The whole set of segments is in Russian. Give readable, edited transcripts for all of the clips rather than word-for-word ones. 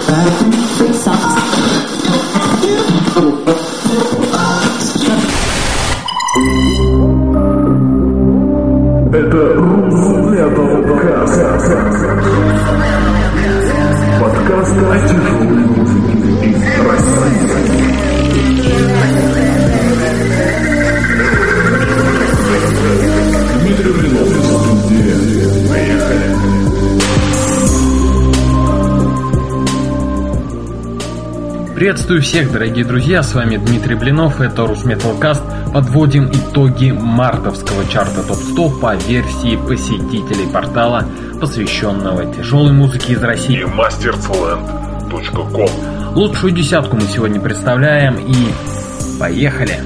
Это Русметалкаст. Подкаст о тяжелой музыке из России. Дмитрий Блинов из студии. Поехали. Приветствую всех, дорогие друзья, с вами Дмитрий Блинов, это Русметалкаст. Подводим итоги мартовского чарта ТОП-100 по версии посетителей портала, посвященного тяжелой музыке из России. И mastersland.com. Лучшую десятку мы сегодня представляем и поехали!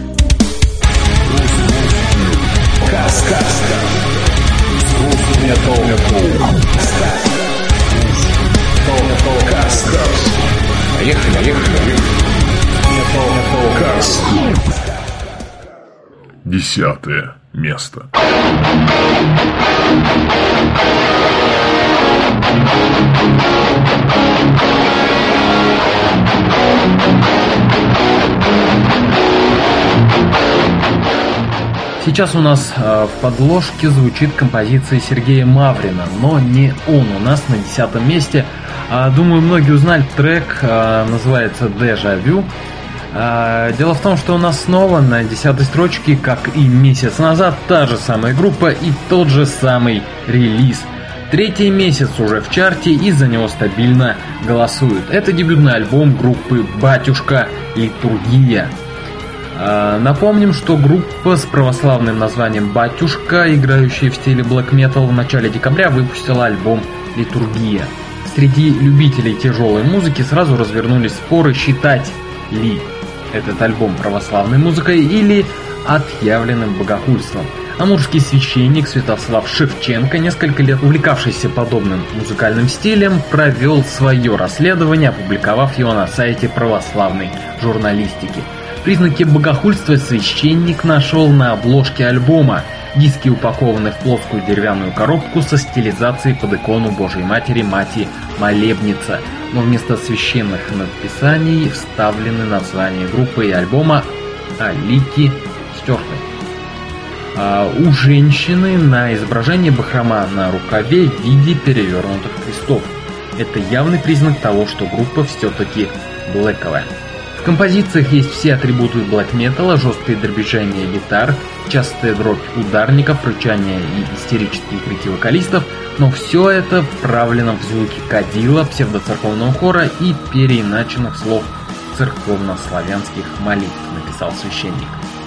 Поехали. 10-е место. Сейчас у нас в подложке звучит композиция Сергея Маврина, но не он у нас на 10-м месте. Думаю, многие узнали трек, называется «Déjà Vu». Дело в том, что у нас снова на 10-й строчке, как и месяц назад, та же самая группа и тот же самый релиз. Третий месяц уже в чарте и за него стабильно голосуют. Это дебютный альбом группы «Батюшка. Литургия». Напомним, что группа с православным названием «Батюшка», играющая в стиле black metal, в начале декабря выпустила альбом «Литургия». Среди любителей тяжелой музыки сразу развернулись споры, считать ли этот альбом православной музыкой или отъявленным богохульством. Амурский священник Святослав Шевченко, несколько лет увлекавшийся подобным музыкальным стилем, провел свое расследование, опубликовав его на сайте православной журналистики. Признаки богохульства священник нашел на обложке альбома. Диски упакованы в плоскую деревянную коробку со стилизацией под икону Божьей Матери, Мать-Молебница, но вместо священных надписаний вставлены названия группы и альбома, а лики стерты. У женщины на изображении бахрома на рукаве в виде перевернутых крестов. Это явный признак того, что группа все-таки блэковая. В композициях есть все атрибуты блэк-металла, жесткое дребезжание гитар, частая дробь ударников, рычание и истерические крики вокалистов, но все это вправлено в звуки кадила, псевдоцерковного хора и переиначенных слов церковно-славянских молитв, написал священник.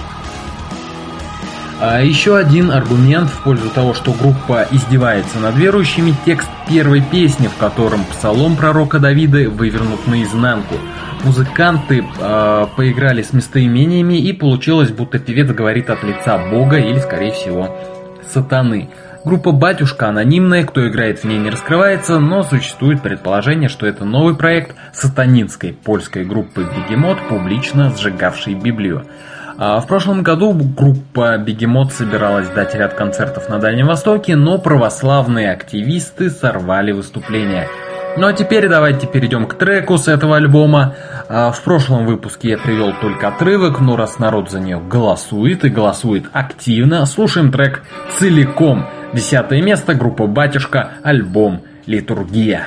Еще один аргумент в пользу того, что группа издевается над верующими, текст первой песни, в котором псалом пророка Давида вывернут наизнанку. Музыканты поиграли с местоимениями, и получилось, будто певец говорит от лица Бога или, скорее всего, сатаны. Группа «Батюшка» анонимная, кто играет в ней не раскрывается, но существует предположение, что это новый проект сатанинской польской группы «Бегемот», публично сжигавшей Библию. В прошлом году группа «Бегемот» собиралась дать ряд концертов на Дальнем Востоке, но православные активисты сорвали выступление. Ну а теперь давайте перейдем к треку с этого альбома. В прошлом выпуске я привел только отрывок, но раз народ за нее голосует и голосует активно, слушаем трек целиком. 10-е место, группа «Батюшка», альбом «Литургия».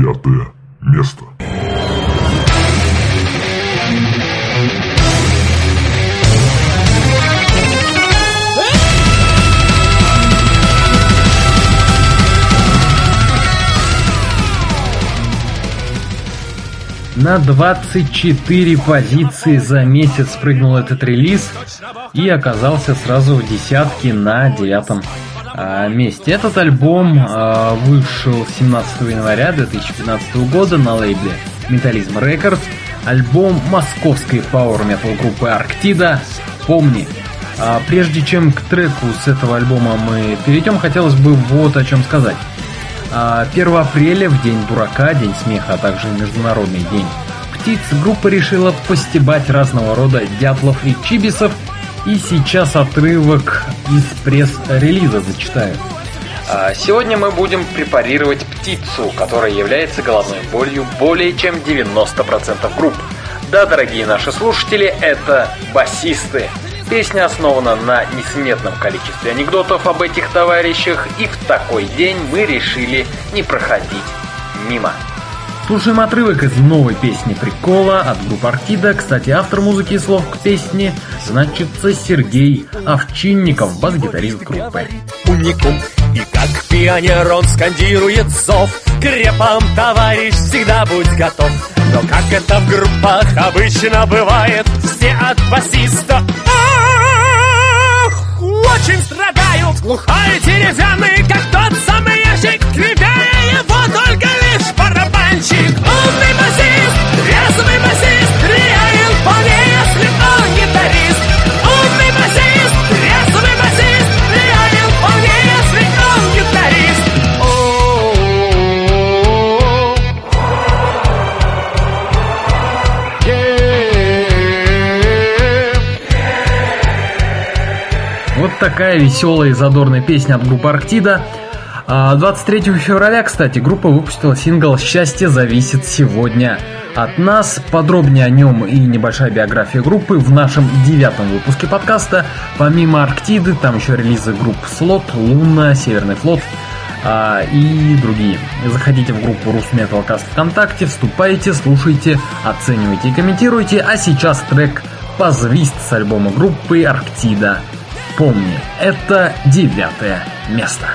9 место. На 24 позиции за месяц спрыгнул этот релиз и оказался сразу в десятке на 9 месте. Этот альбом вышел 17 января 2015 года на лейбле Металлизм Records. Альбом московской пауэр-метал группы Арктида «Помни». Прежде чем к треку с этого альбома мы перейдем, хотелось бы вот о чем сказать. 1 апреля, в День дурака, День смеха, а также Международный день птиц, группа решила постебать разного рода дятлов и чибисов, и сейчас отрывок из пресс-релиза зачитаю. Сегодня мы будем препарировать птицу, которая является головной болью более чем 90% групп. Да, дорогие наши слушатели, это басисты. Песня основана на несметном количестве анекдотов об этих товарищах, и в такой день мы решили не проходить мимо. Слушаем отрывок из новой песни «Прикола» от группы Арктида. Кстати, автор музыки и слов к песне значится Сергей Овчинников, бас-гитарист группы. Уникум, и как пионер он скандирует зов: к репам, товарищ, всегда будь готов. Но как это в группах обычно бывает, все от басиста очень страдают. Глухой деревянный, как тот самый ящик, кривее его только лишь барабанщик. Умный басист, резвый басист, реален вполне, если он гитарист. Умный басист, резвый басист, реален вполне, если он гитарист. Вот такая веселая и задорная песня от группы Арктида. 23 февраля, кстати, группа выпустила сингл «Счастье зависит сегодня от нас». Подробнее о нем и небольшая биография группы в нашем 9 выпуске подкаста. Помимо Арктиды, там еще релизы групп Слот, Луна, Северный флот и другие. Заходите в группу Русметалкаст ВКонтакте, вступайте, слушайте, оценивайте и комментируйте. А сейчас трек «Позвист» с альбома группы Арктида «Помни». Это 9 место.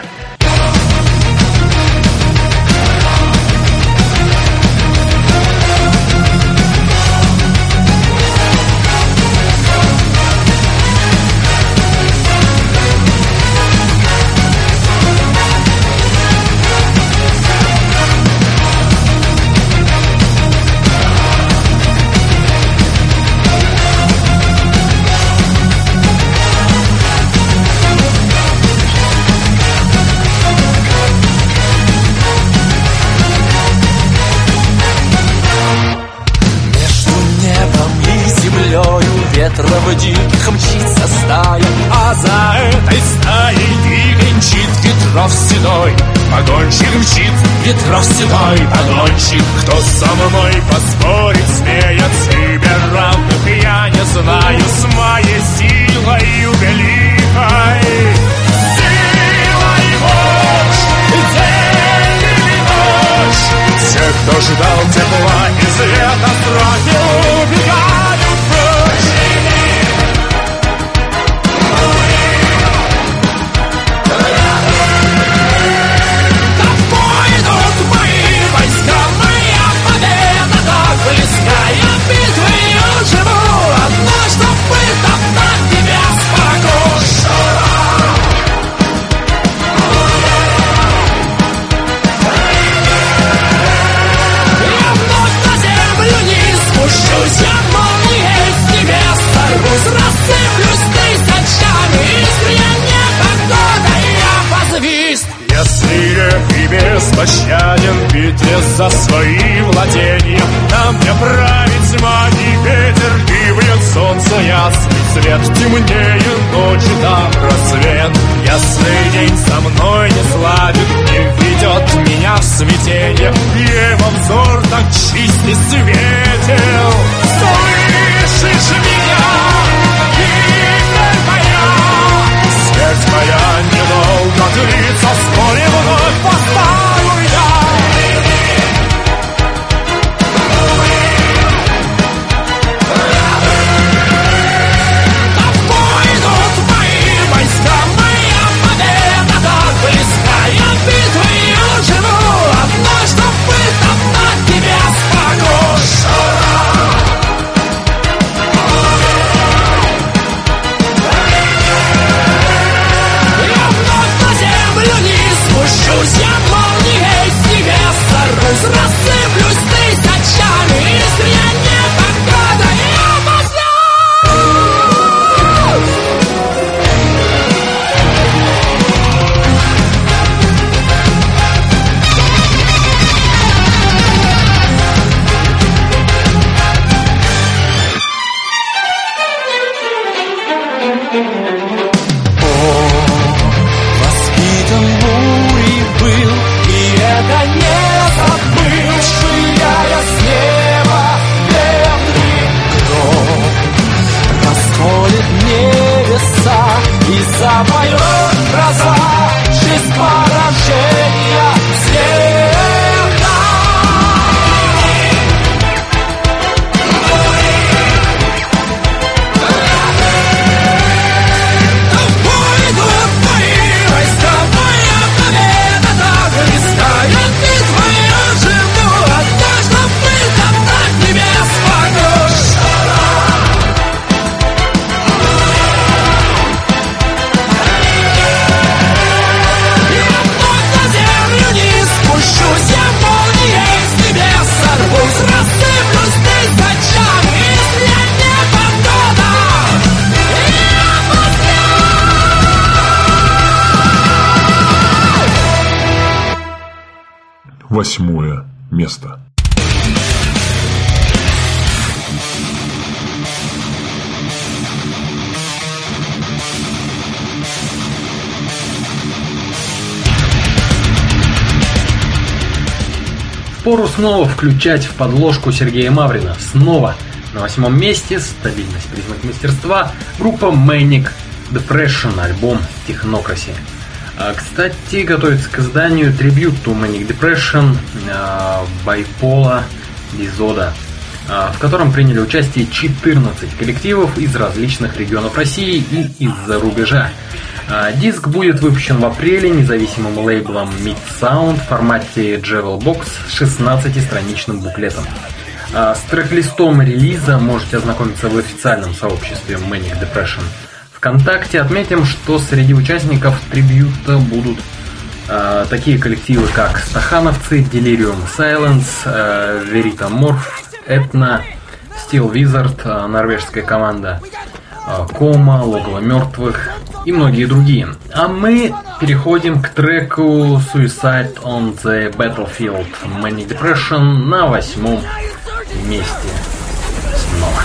Ветров диких мчится стая, а за этой стаей двигенчит Ветров седой. Погонщик мчит, Ветров седой погонщик. Кто со мной поспорит, смеет себе равных, я не знаю, с моей силой великой. Сила и мощь, день или ночь, все, кто ждал тепла и света, страхи убегают прочь. Беспощаден в битве за свои владения. Нам не править тьма и ветер, и бьет солнце ясный свет. Темнее ночи, там рассвет. Ясный день со мной не сладит, не ведет меня в смятение. Его взор так чист и светел. Слышишь меня, гибель моя, смерть моя недолго длится, вскоре вновь восстану я. взорвусь, рассыплюсь тысячами искренне непогода, я опознаю. Воспитан бурей был, и это не забывшая с неба древний гром. Расколет небеса и запоет гроза, жизнь поражения света. Восьмое место. Впору снова включать в подложку Сергея Маврина. Снова на 8-м месте, стабильность признак мастерства, группа Manic Depression, альбом Technocracy. Кстати, готовится к изданию Tribute to Manic Depression Bipolar Disorder, в котором приняли участие 14 коллективов из различных регионов России и из-за рубежа. Диск будет выпущен в апреле независимым лейблом Midsound в формате Jewel Box с 16-страничным буклетом. С трек-листом релиза можете ознакомиться в официальном сообществе Manic Depression ВКонтакте. Отметим, что среди участников трибьюта будут такие коллективы, как Стахановцы, Delirium Silence, Verita Morph, Etna, Steel Wizard, норвежская команда, Кома, Логово мертвых и многие другие. А мы переходим к треку Suicide on the Battlefield Manic Depression на 8-м месте. Снова.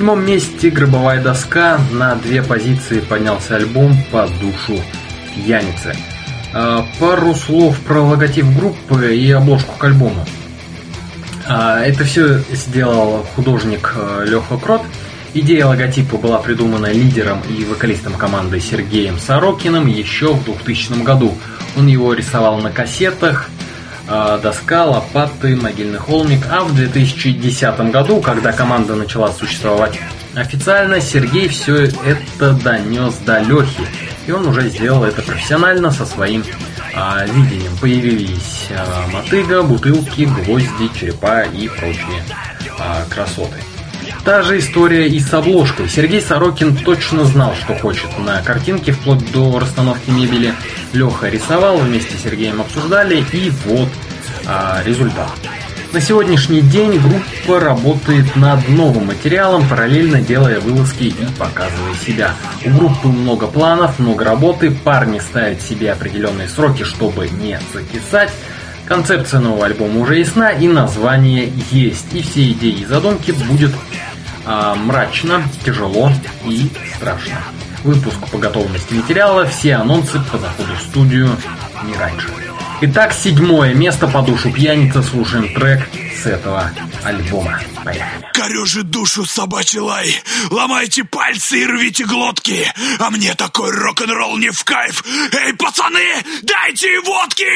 7-м месте гробовая доска. На 2 позиции поднялся альбом «По душу пьяницы». Пару слов про логотип группы и обложку к альбому. Это все сделал художник Леха Крот. Идея логотипа была придумана лидером и вокалистом команды Сергеем Сорокиным еще в 2000 году. Он его рисовал на кассетах, доска, лопаты, могильный холмик. А в 2010 году, когда команда начала существовать официально, Сергей все это донес до Лехи. И он уже сделал это профессионально со своим видением. Появились мотыга, бутылки, гвозди, черепа и прочие красоты. Та же история и с обложкой. Сергей Сорокин точно знал, что хочет на картинке, вплоть до расстановки мебели. Леха рисовал, вместе с Сергеем обсуждали, и вот результат. На сегодняшний день группа работает над новым материалом, параллельно делая вылазки и показывая себя. У группы много планов, много работы, парни ставят себе определенные сроки, чтобы не закисать. Концепция нового альбома уже ясна, и название есть. И все идеи и задумки будет мрачно, тяжело и страшно. Выпуск по готовности материала, все анонсы по заходу в студию не раньше. Итак, 7-е место «По душу пьяница». Слушаем трек с этого альбома. Поехали. Корежит душу собачий лай, ломайте пальцы и рвите глотки, а мне такой рок-н-ролл не в кайф. Эй, пацаны, дайте водки!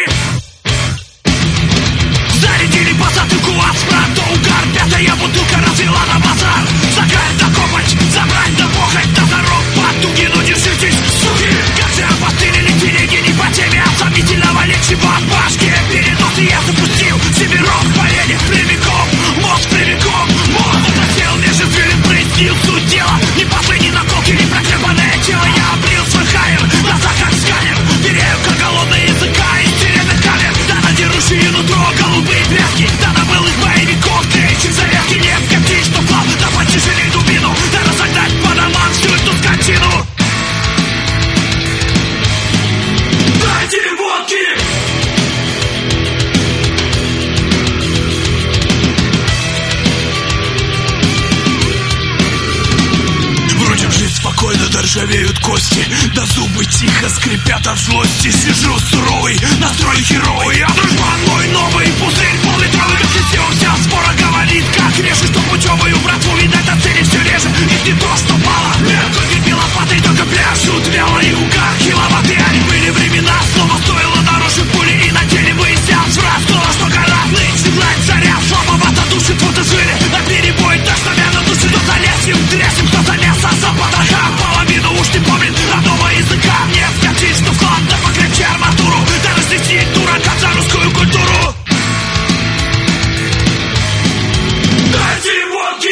Зарядили по затылку асфальт, угар, 5-я бутылка развела на базар. Закать, докопать, забрать, допохать, на дорог потуги, ну держитесь, суки. Как же опостылили телеги не по теме, от сомнительного лечива от башки. Переносы я запустил, себе рок поедет прямиком, мозг прямиком, мозг захотел, между зверем прояснил суть дела. Не последней наколки, не проклепанное тело, я облил свой хайер, глаза как сканер, берею как голодный языка из тюремных камер. Да надерущие нутро голубые пляски, да добыл из боевиков тречи зарядки. Нет, какие что плав, да потяжелей дубину, да разогнать по домам всю эту скотину. Дайте водки! Вроде жизнь спокойно, да ржавеют кости, да зубы тихо скрипят от злости. Сижу суровый, настрой херовый, а дружбан мой новый, пузырь пол-литровый, как вся спора говорит, как режет, что путевую братву, видать, на цели все реже. Их не то, что мало, мелко бить лопатой, только пляшут вяло и угар киловатты. Они были времена, снова стоило дороже пули, и на теле выяснял сразу то, что гора нынче власть царя. Слабовато душит, вот и жили, на перебой, так что мяно душит, то залезем, трясем, что за мясо, за потроха. Половину уж не помнит родного языка, мне скачить, что вклад, да покрепче арматуру, да разнести дурака за русскую культуру. Дайте водки!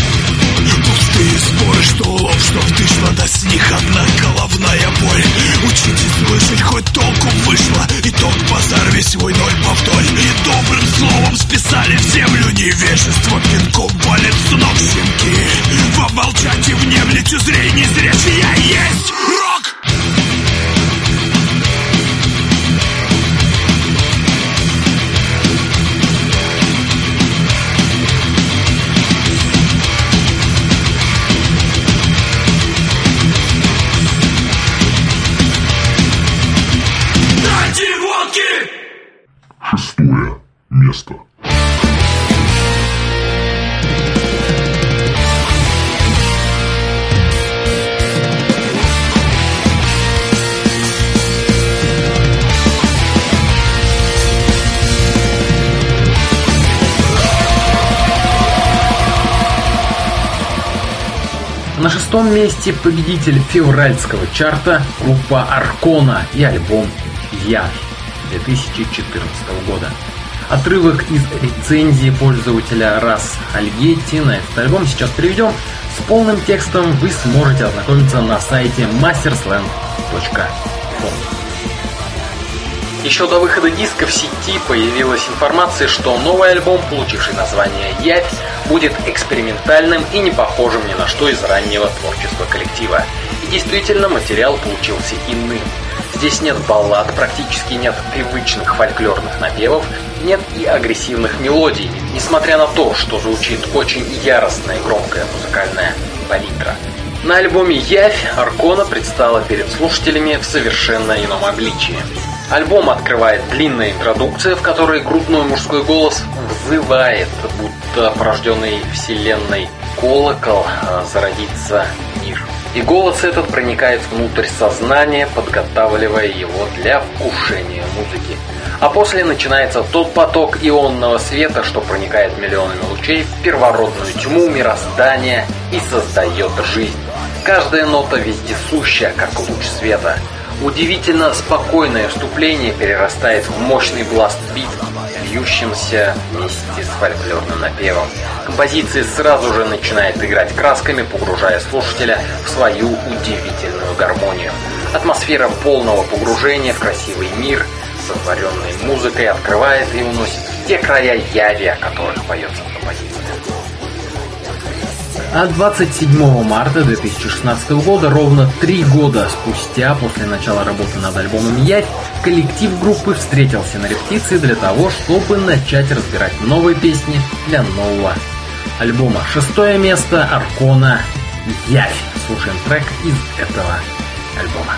Что в ложь, что вдышла до с них одна головная боль. замолчите, слышать хоть толку вышло. И тот базар весь войной повторь. И добрым словом списали в землю невежество. Пинком палец с ног щенки. Вам молчать и внемлить узрей не зречь. Я есть рок! Шестое место. На шестом месте победитель февральского чарта группа Аркона и альбом «Явь» 2014 года. Отрывок из рецензии пользователя Рас Альгетти на этот альбом сейчас приведем. С полным текстом вы сможете ознакомиться на сайте mastersland.com. Еще до выхода диска в сети появилась информация, что новый альбом, получивший название «Явь», будет экспериментальным и не похожим ни на что из раннего творчества коллектива. И действительно, материал получился иным. Здесь нет баллад, практически нет привычных фольклорных напевов, нет и агрессивных мелодий, несмотря на то, что звучит очень яростная и громкая музыкальная палитра. На альбоме «Явь» Аркона предстала перед слушателями в совершенно ином обличии. Альбом открывает длинная интродукция, в которой грудной мужской голос взывает, будто порожденный вселенной колокол, зародится мир. И голос этот проникает внутрь сознания, подготавливая его для вкушения музыки. А после начинается тот поток ионного света, что проникает миллионами лучей в первородную тьму мироздания и создает жизнь. Каждая нота вездесущая, как луч света. Удивительно спокойное вступление перерастает в мощный бласт-бит, льющимся вместе с фольклорным напевом. Композиция сразу же начинает играть красками, погружая слушателя в свою удивительную гармонию. Атмосфера полного погружения в красивый мир, сотворенный музыкой, открывает и уносит в те края яви, о которых поется композиция. А 27 марта 2016 года, ровно 3 года спустя после начала работы над альбомом «Явь», коллектив группы встретился на репетиции для того, чтобы начать разбирать новые песни для нового альбома. Шестое место Аркона «Явь». Слушаем трек из этого альбома.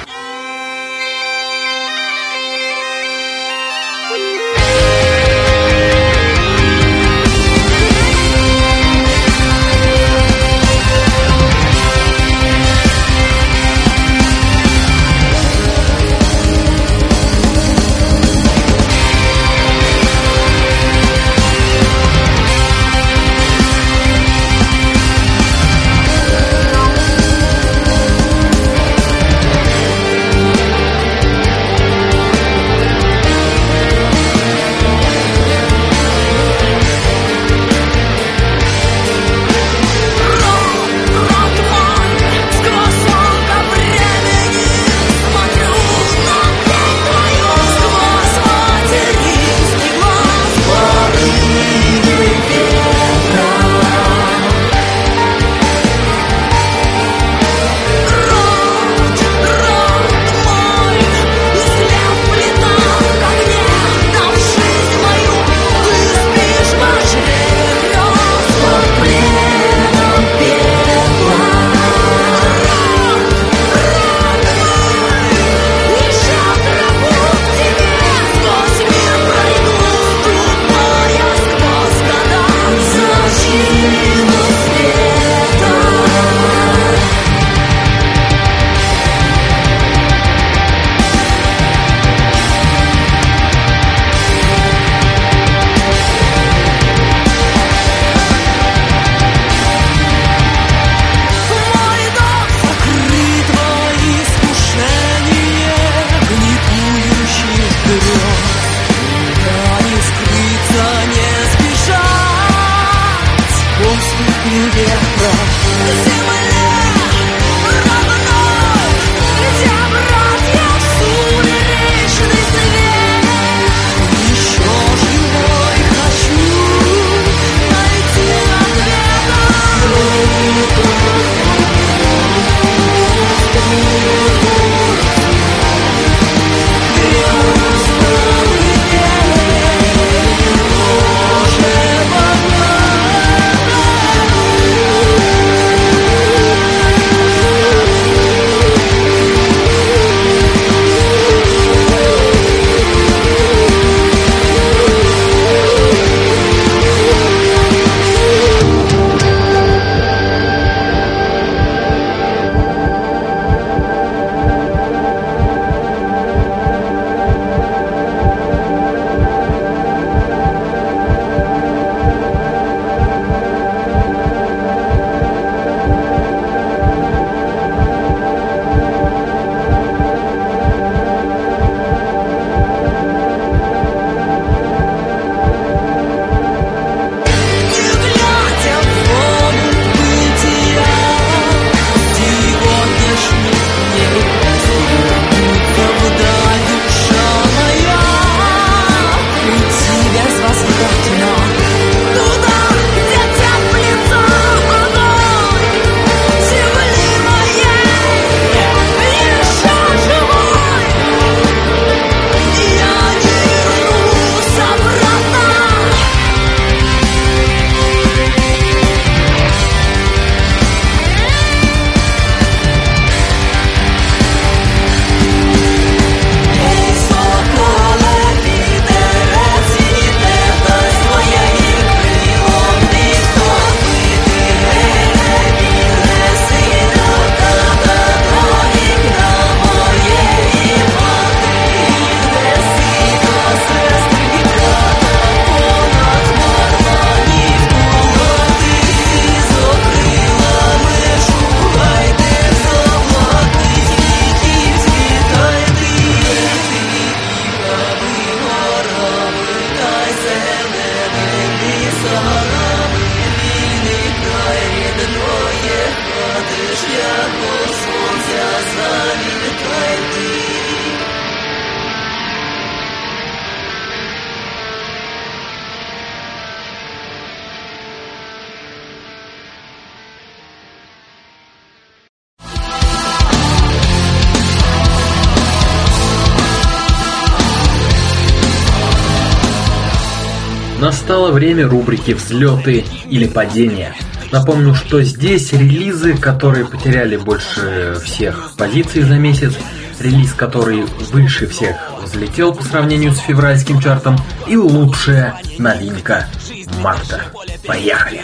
Настало время рубрики «Взлеты или падения». Напомню, что здесь релизы, которые потеряли больше всех позиций за месяц, релиз, который выше всех взлетел по сравнению с февральским чартом, и лучшая новинка марта. Поехали!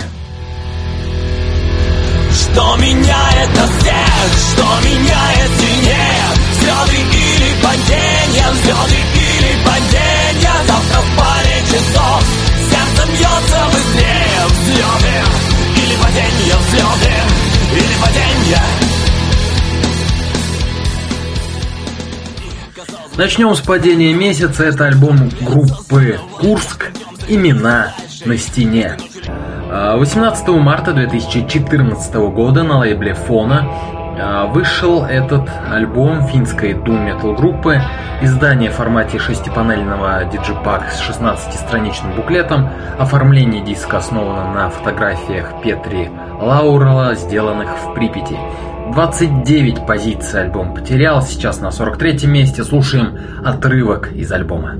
Что меняет нас всех, что меняет сильнее? Взлеты или падения, взлеты или падения? Завтра в паре часов сердце бьется быстрее. Взлеты или падения, взлеты или падения? Начнем с падения месяца. Это альбом группы Курск «Имена на стене». 18 марта 2014 года на лейбле Фона вышел этот альбом финской дум-метал группы. Издание в формате 6-панельного диджипак с 16-страничным буклетом. Оформление диска основано на фотографиях Петри Лаурела, сделанных в Припяти. 29 позиций альбом потерял, сейчас на 43-м месте. Слушаем отрывок из альбома.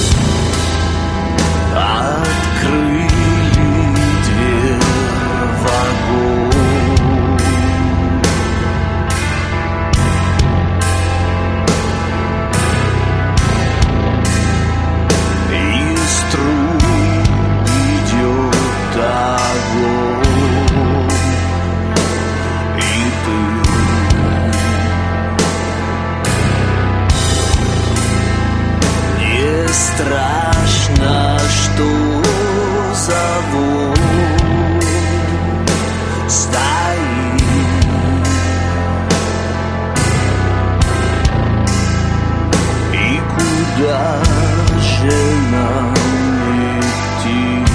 Страшно, что зовут стоит. И куда же нам идти?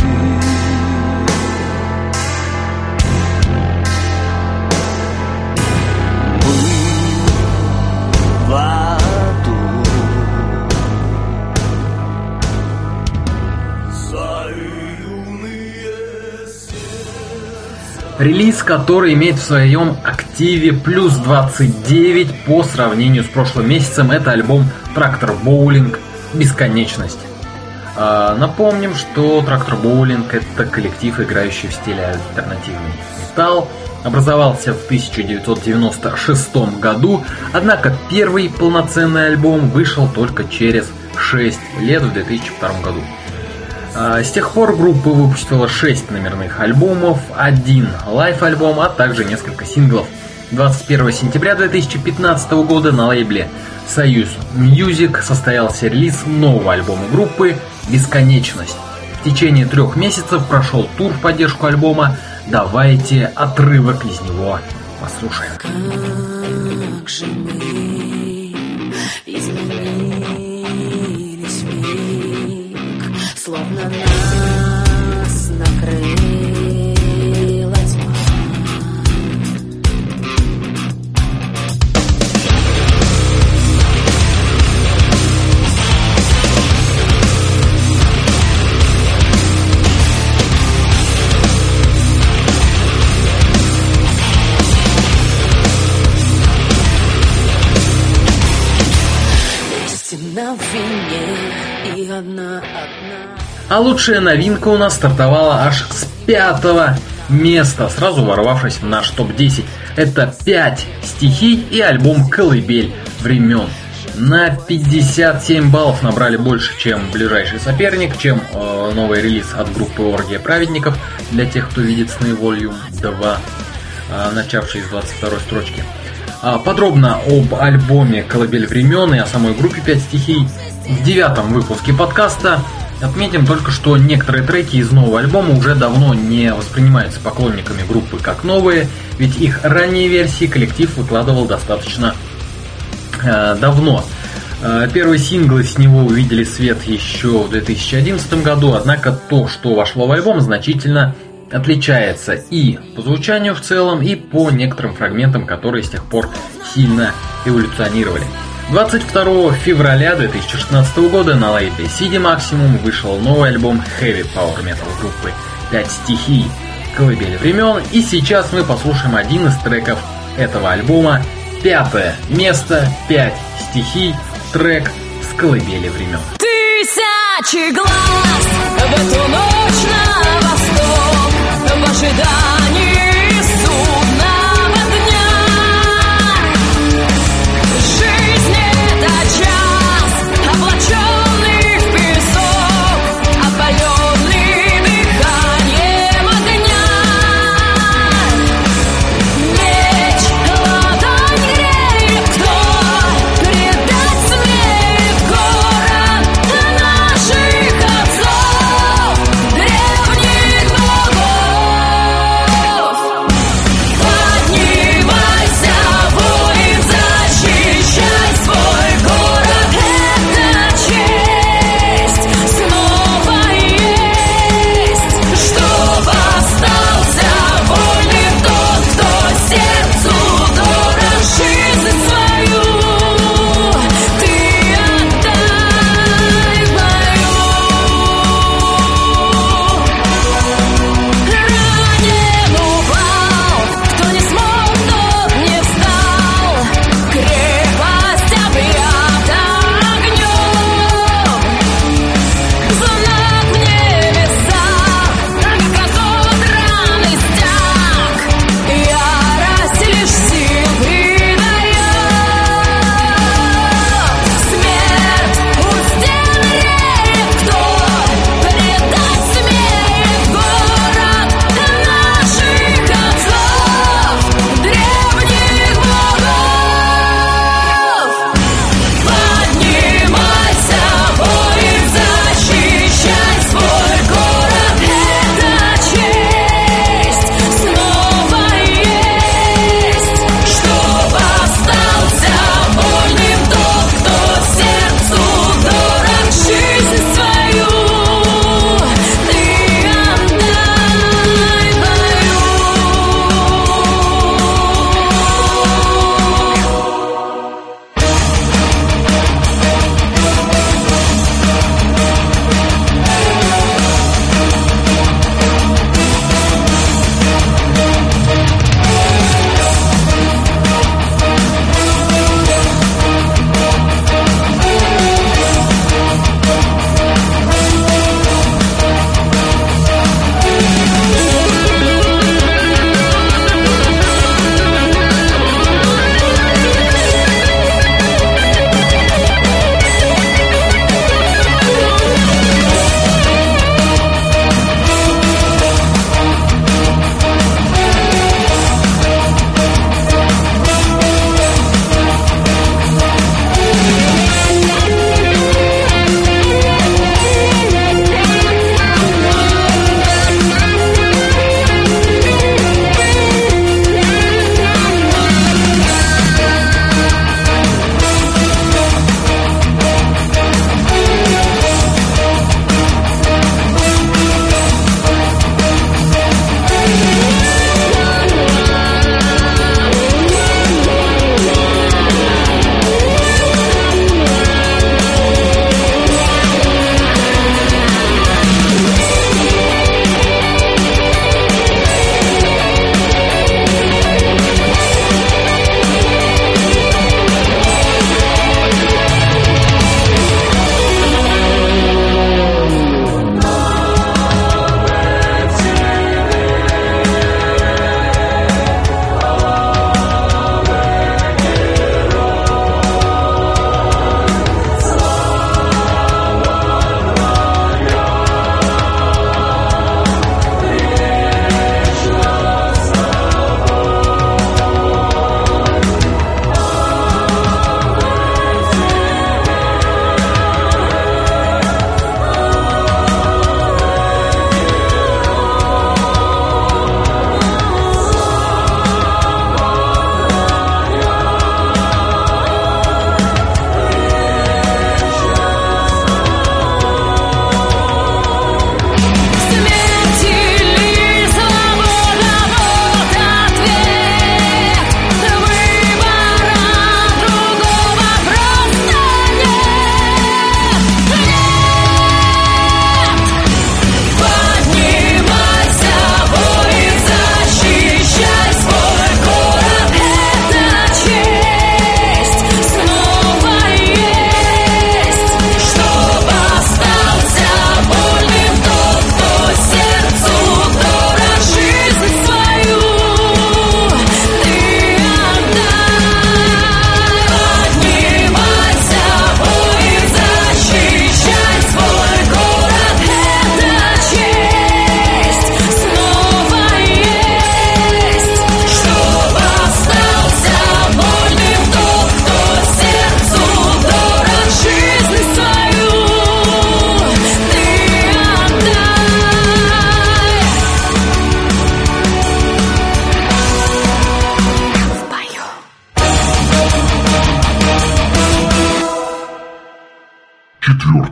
Мы в аду. Релиз, который имеет в своем активе плюс 29 по сравнению с прошлым месяцем, это альбом Трактор Боулинг «Бесконечность». Напомним, что Трактор Боулинг — это коллектив, играющий в стиле альтернативный металл. Образовался в 1996 году, однако первый полноценный альбом вышел только через 6 лет, в 2002 году. С тех пор группа выпустила 6 номерных альбомов, 1 лайв-альбом, а также несколько синглов. 21 сентября 2015 года на лейбле Союз Мьюзик состоялся релиз нового альбома группы «Бесконечность». В течение 3 месяцев прошел тур в поддержку альбома. Давайте отрывок из него послушаем. Как же мы изменились вмиг, словно нас накрыла тьма. А лучшая новинка у нас стартовала аж с 5-го места, сразу ворвавшись в наш топ-10. Это 5 стихий и альбом «Колыбель времен». На 57 баллов набрали больше, чем ближайший соперник, чем новый релиз от группы «Оргия праведников», для тех, кто видит сны Volume 2, начавший с 22-й строчки. Подробно об альбоме «Колыбель времен» и о самой группе 5 стихий в 9-м выпуске подкаста. Отметим только, что некоторые треки из нового альбома уже давно не воспринимаются поклонниками группы как новые, ведь их ранние версии коллектив выкладывал достаточно давно. Первые синглы с него увидели свет еще в 2011 году, однако то, что вошло в альбом, значительно отличается и по звучанию в целом, и по некоторым фрагментам, которые с тех пор сильно эволюционировали. 22 февраля 2016 года на лейбле CD Maximum вышел новый альбом Heavy Power Metal группы 5 стихий «Колыбель времен», и сейчас мы послушаем один из треков этого альбома. 5-е место, 5 стихий, трек с «Колыбели времен». тысячи глаз в эту ночь на восток, в ожидании судного дня. Жизнь — это час, облаченный в песок, опаленный дыханием огня. Меч, ладонь греет, кто предать смеет город наших отцов, древних богов.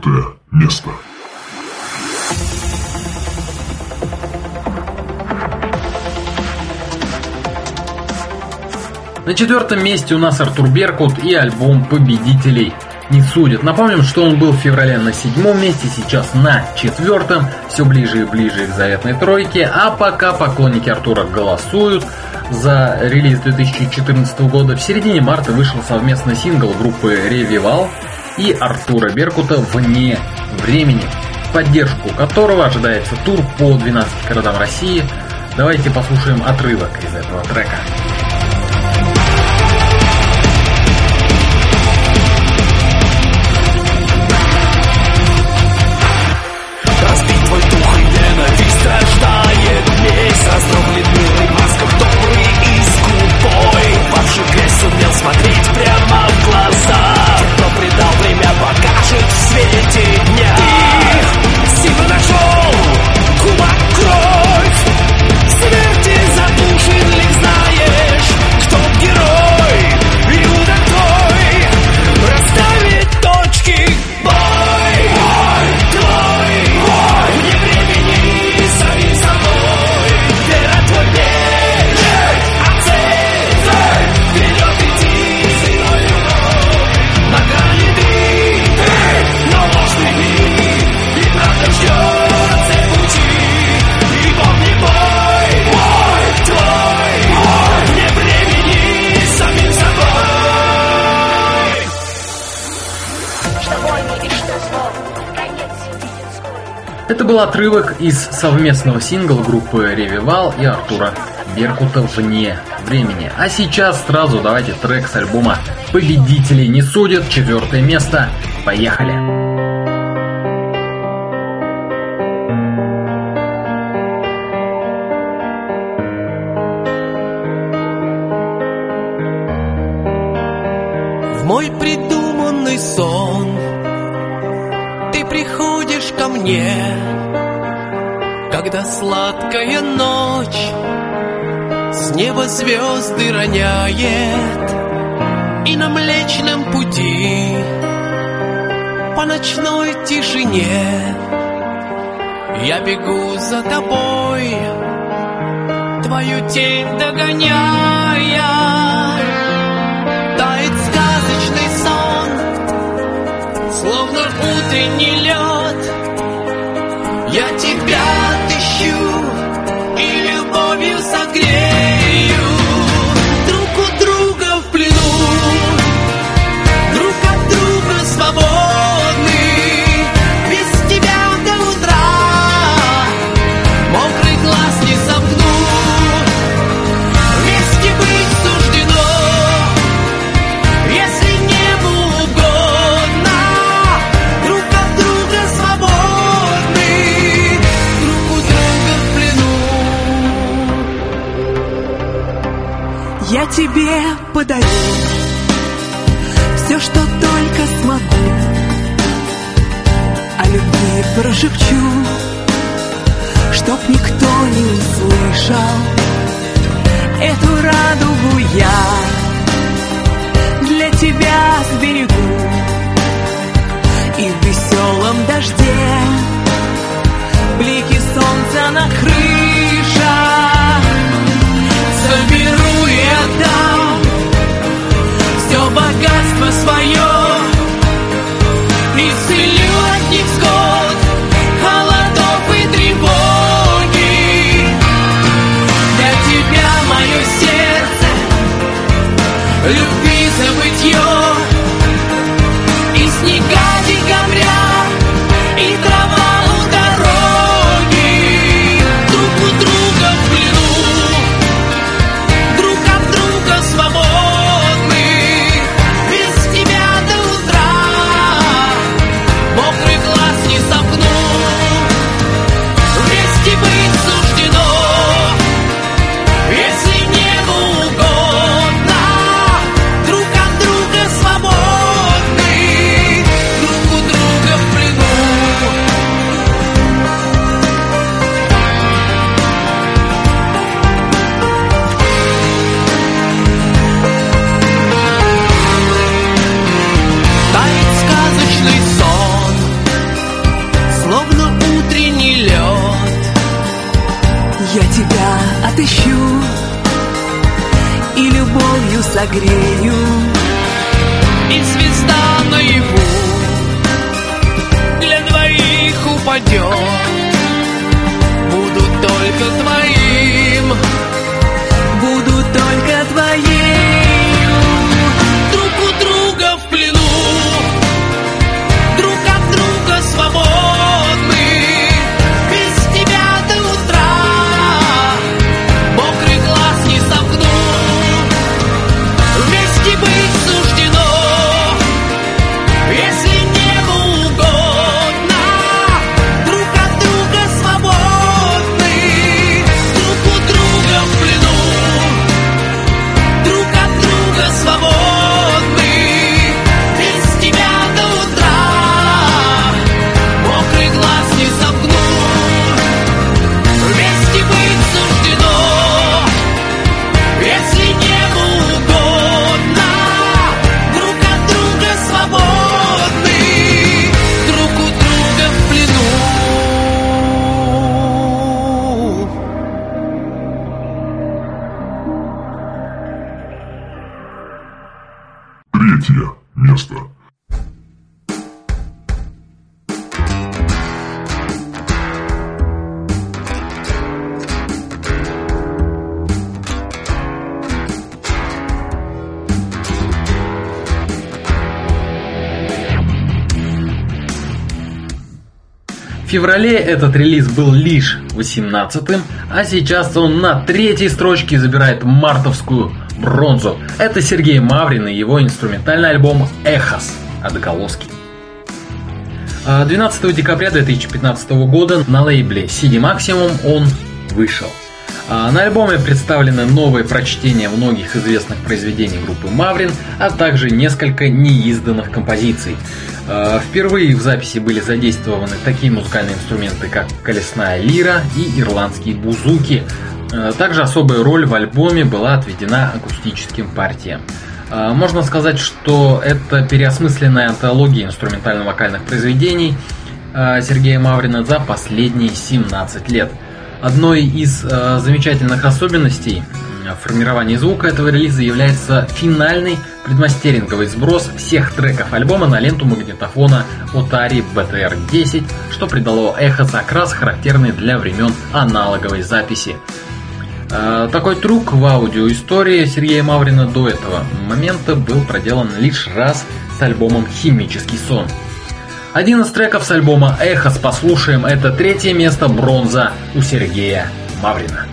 4 место. На 4-м месте у нас Артур Беркут и альбом «Победителей не судят». Напомним, что он был в феврале на 7-м месте, сейчас на 4-м, все ближе и ближе к заветной тройке. А пока поклонники Артура голосуют за релиз 2014 года, в середине марта вышел совместный сингл группы Ревивал и Артура Беркута «Вне времени», в поддержку которого ожидается тур по 12 городам России. Давайте послушаем отрывок из этого трека. Страждает весь раздробленный масках добрый и скупой. Павший грязь сумел смотреть прямо в глаза. Те, кто предал, время покажет в свете дня. Их силы нашел, кулак, кровь. Смерти задушен ли знаешь, кто герой? Иуда твой расставит точки. Бой, бой, твой, бой. Вне времени самим собой. Вера твой меч, а цель вперед идти с иной любовь. На грани ты, но ложный миг, и правда ждет цель пути. И Бог не бой, бой твой, вне времени самим собой. Что войны и что зло, конец видит скоро. Это был отрывок из совместного сингла группы Ревивал и Артура Беркута «Вне времени». А сейчас сразу давайте трек с альбома «Победителей не судят», 4-е место. Поехали! В мой придуманный сон ты приходишь ко мне, когда сладкая ночь с неба звезды роняет, и на Млечном пути по ночной тишине я бегу за тобой, твою тень догоняя. Тает сказочный сон, словно утренний лед. Я тебя отыщу и любовью согрею. Друг у друга в плену, друг от друга свободны. Без тебя до утра мокрый глаз не сомкну. Вместе быть суждено, если небу угодно. Друг от друга свободны, друг у друга в плену. Я тебе подарю все, что только смогу. О любви прошепчу, чтоб никто не услышал. Эту радугу я для тебя сберегу. И в веселом дожде блики солнца на крышах соберу и отдам все богатство свое. Исцелю от невзгод, холодов и тревоги. Для тебя мое сердце, любви забытье. И снега декабря, и трава у дороги. Друг у друга в плену, друг от друга свободны. Без тебя до утра мокрый глаз не сомкну. Вместе быть суждено, если небу угодно. согрею. И звезда наяву для двоих упадет. Буду только твоим, буду только твоим. Друг у друга в плену, друг от друга свободны. Без тебя до утра мокрый глаз не сомкну. Вместе быть суждено, если небу угодно. Друг от друга свободны, друг у друга в плену, друг от друга свободны. Без тебя до утра мокрый глаз не сомкну. Вместе быть суждено, если небу угодно. Друг от друга свободны, друг у друга в плену. Третье место. В феврале этот релиз был лишь 18-м, а сейчас он на 3-й строчке забирает мартовскую бронзу. Это Сергей Маврин и его инструментальный альбом «Эхос» Отголоски. 12 декабря 2015 года на лейбле CD Maximum он вышел. На альбоме представлены новые прочтения многих известных произведений группы Маврин, а также несколько неизданных композиций. Впервые в записи были задействованы такие музыкальные инструменты, как колесная лира и ирландские бузуки. Также особая роль в альбоме была отведена акустическим партиям. Можно сказать, что это переосмысленная антология инструментально-вокальных произведений Сергея Маврина за последние 17 лет. Одной из замечательных особенностей формирования звука этого релиза является финальный предмастеринговый сброс всех треков альбома на ленту магнитофона Otari BTR-10, что придало Эхос окрас, характерный для времен аналоговой записи. Такой трюк в аудиоистории Сергея Маврина до этого момента был проделан лишь раз с альбомом «Химический сон». Один из треков с альбома «Эхос» послушаем, это 3-е место, бронза у Сергея Маврина.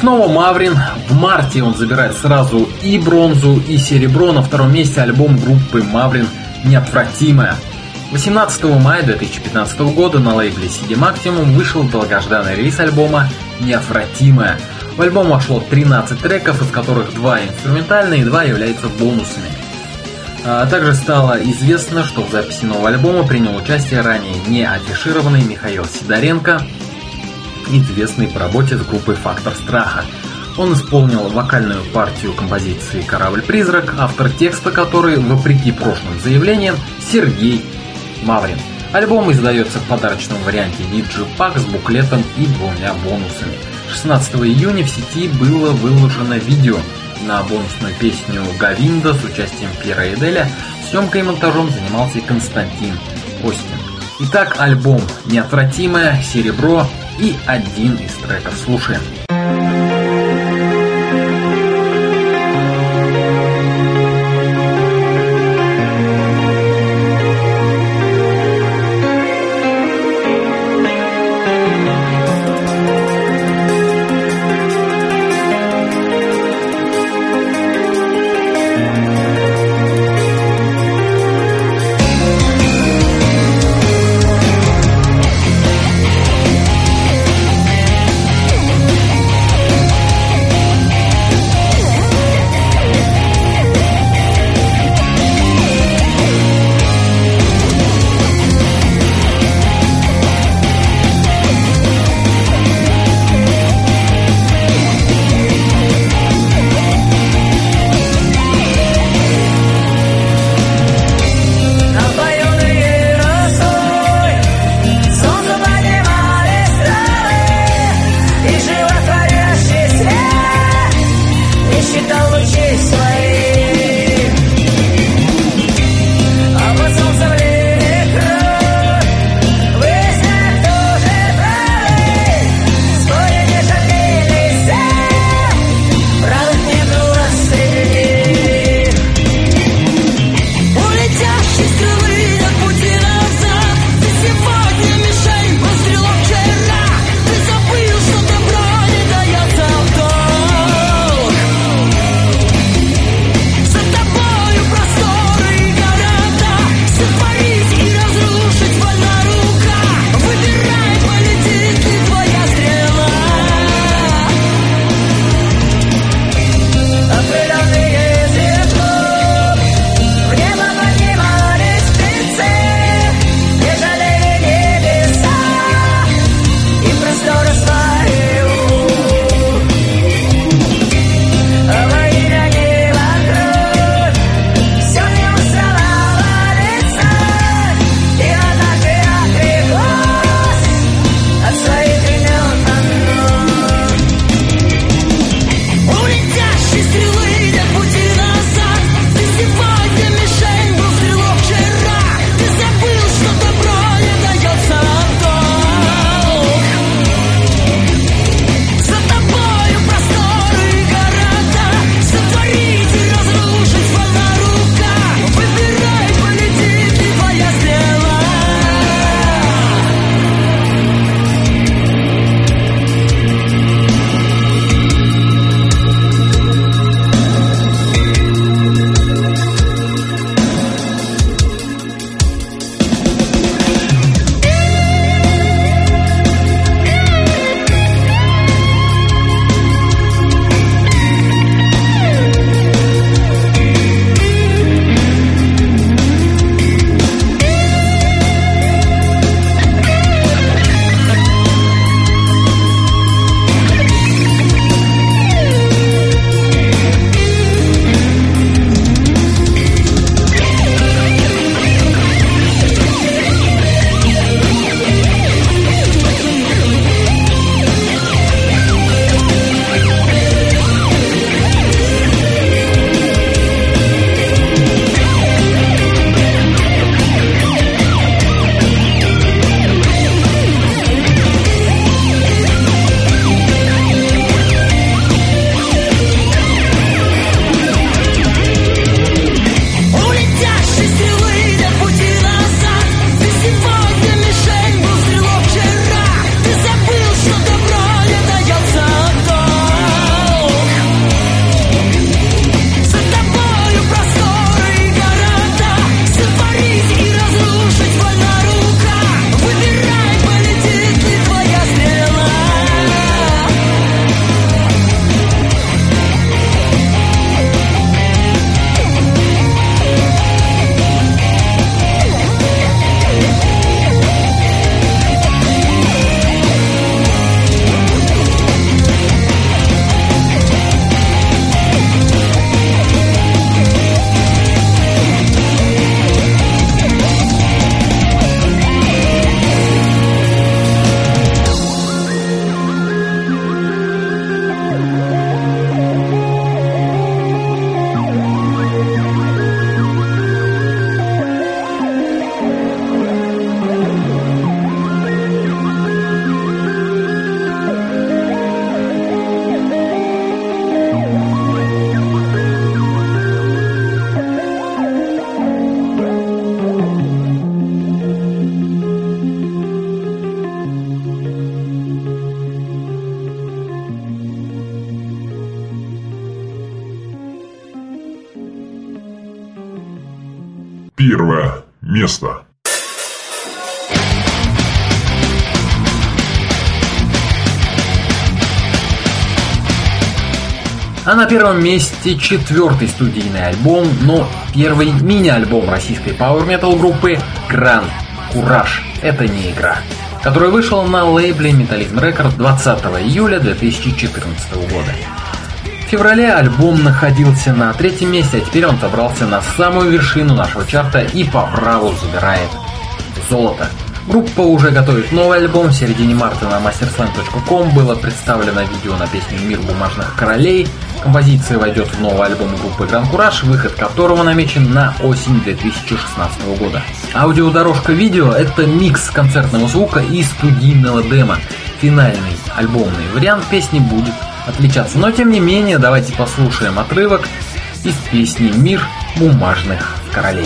снова Маврин. В марте он забирает сразу и бронзу, и серебро. На втором месте альбом группы Маврин «Неотвратимая». 18 мая 2015 года на лейбле CD Maximum вышел долгожданный релиз альбома «Неотвратимая». В альбом вошло 13 треков, из которых 2 инструментальные и 2 являются бонусами. Также стало известно, что в записи нового альбома принял участие ранее не афишированный Михаил Сидоренко, известный по работе с группой «Фактор страха». Он исполнил вокальную партию композиции «Корабль-призрак», автор текста которой, вопреки прошлым заявлениям, Сергей Маврин. Альбом издается в подарочном варианте диджипак с буклетом и 2 бонусами. 16 июня в сети было выложено видео на бонусную песню «Говинда» с участием Пьера и Деля. Съемкой и монтажом занимался Константин Костин. Итак, альбом «Неотвратимая», «Серебро» и один из треков слушаем. первое место. А на первом месте четвертый студийный альбом, но первый мини-альбом российской пауэр-метал группы Grand Courage. Это не игра, который вышел на лейбле Metalism Records 20 июля 2014 года. В феврале альбом находился на третьем месте, а теперь он собрался на самую вершину нашего чарта и по праву забирает золото. Группа уже готовит новый альбом. В середине марта на masterslam.com было представлено видео на песню «Мир бумажных королей». Композиция войдет в новый альбом группы Grand Courage, выход которого намечен на осень 2016 года. Аудиодорожка видео – это микс концертного звука и студийного демо. Финальный альбомный вариант песни будет отличаться. Но тем не менее, давайте послушаем отрывок из песни «Мир бумажных королей».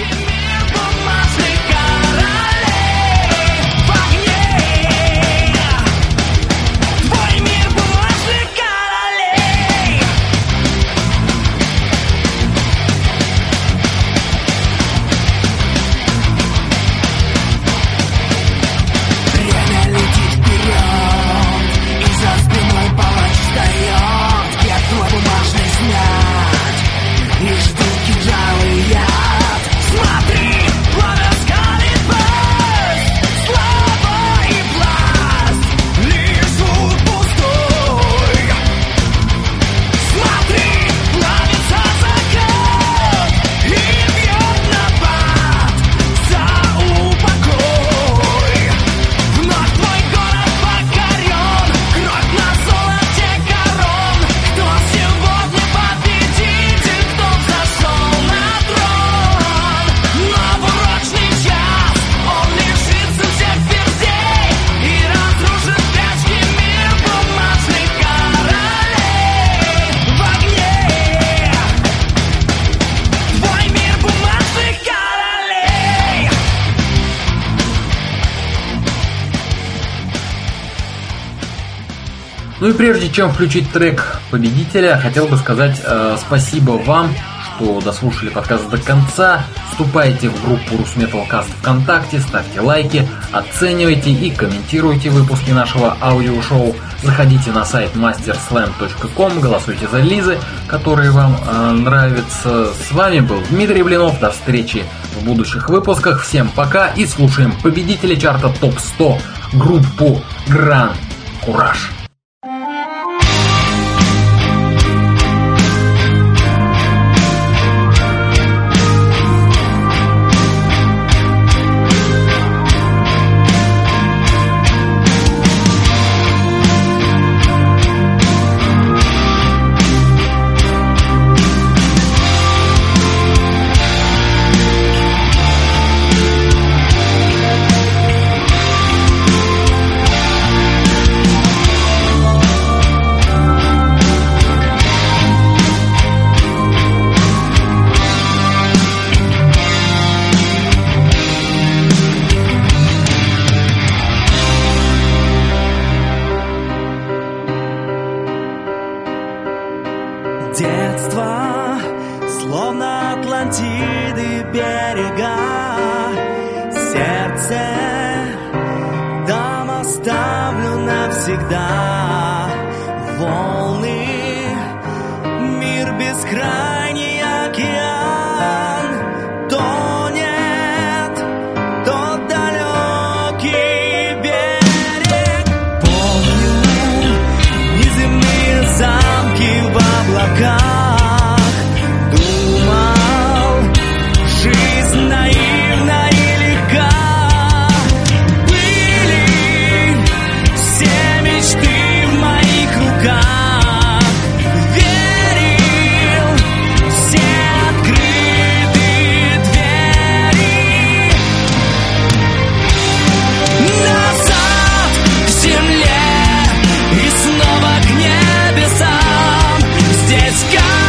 Ну и прежде чем включить трек победителя, хотел бы сказать спасибо вам, что дослушали подкаст до конца. Вступайте в группу RusMetalCast ВКонтакте, ставьте лайки, оценивайте и комментируйте выпуски нашего аудиошоу. Заходите на сайт masterslam.com, голосуйте за релизы, которые вам нравятся. С вами был Дмитрий Блинов. До встречи в будущих выпусках. Всем пока и слушаем победителя чарта ТОП-100, группу Grand Courage. Детство, словно Атлантиды берега, сердце там оставлю навсегда. Волны, мир бескрайний океан, тонет тот далекий берег. Помню неземные замки в облаках. Думал, жизнь наивна и легка. Были все мечты в моих руках. Верил, все открыты двери. Назад к земле и снова к небесам. Здесь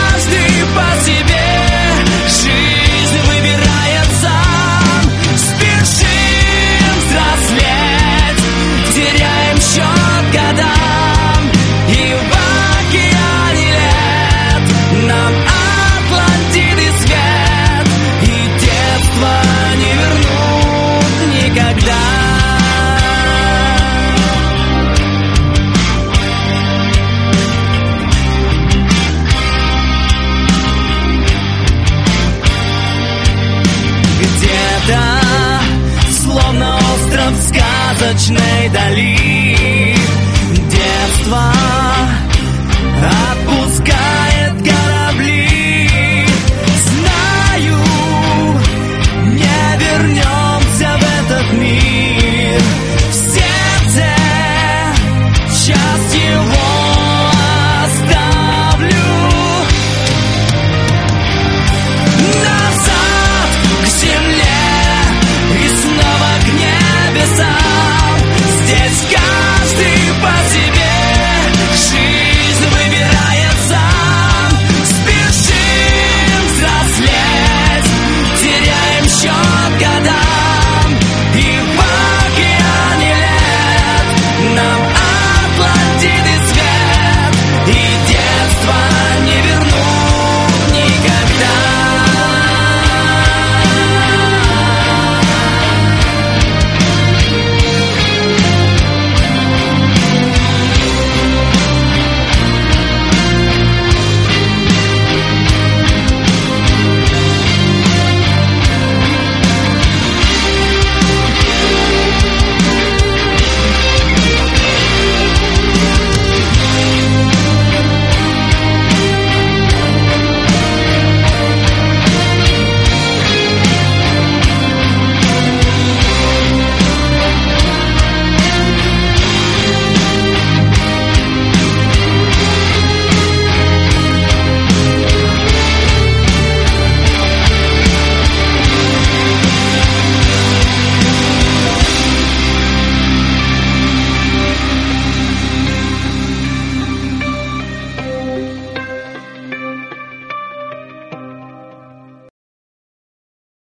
в сказочной дали. Детство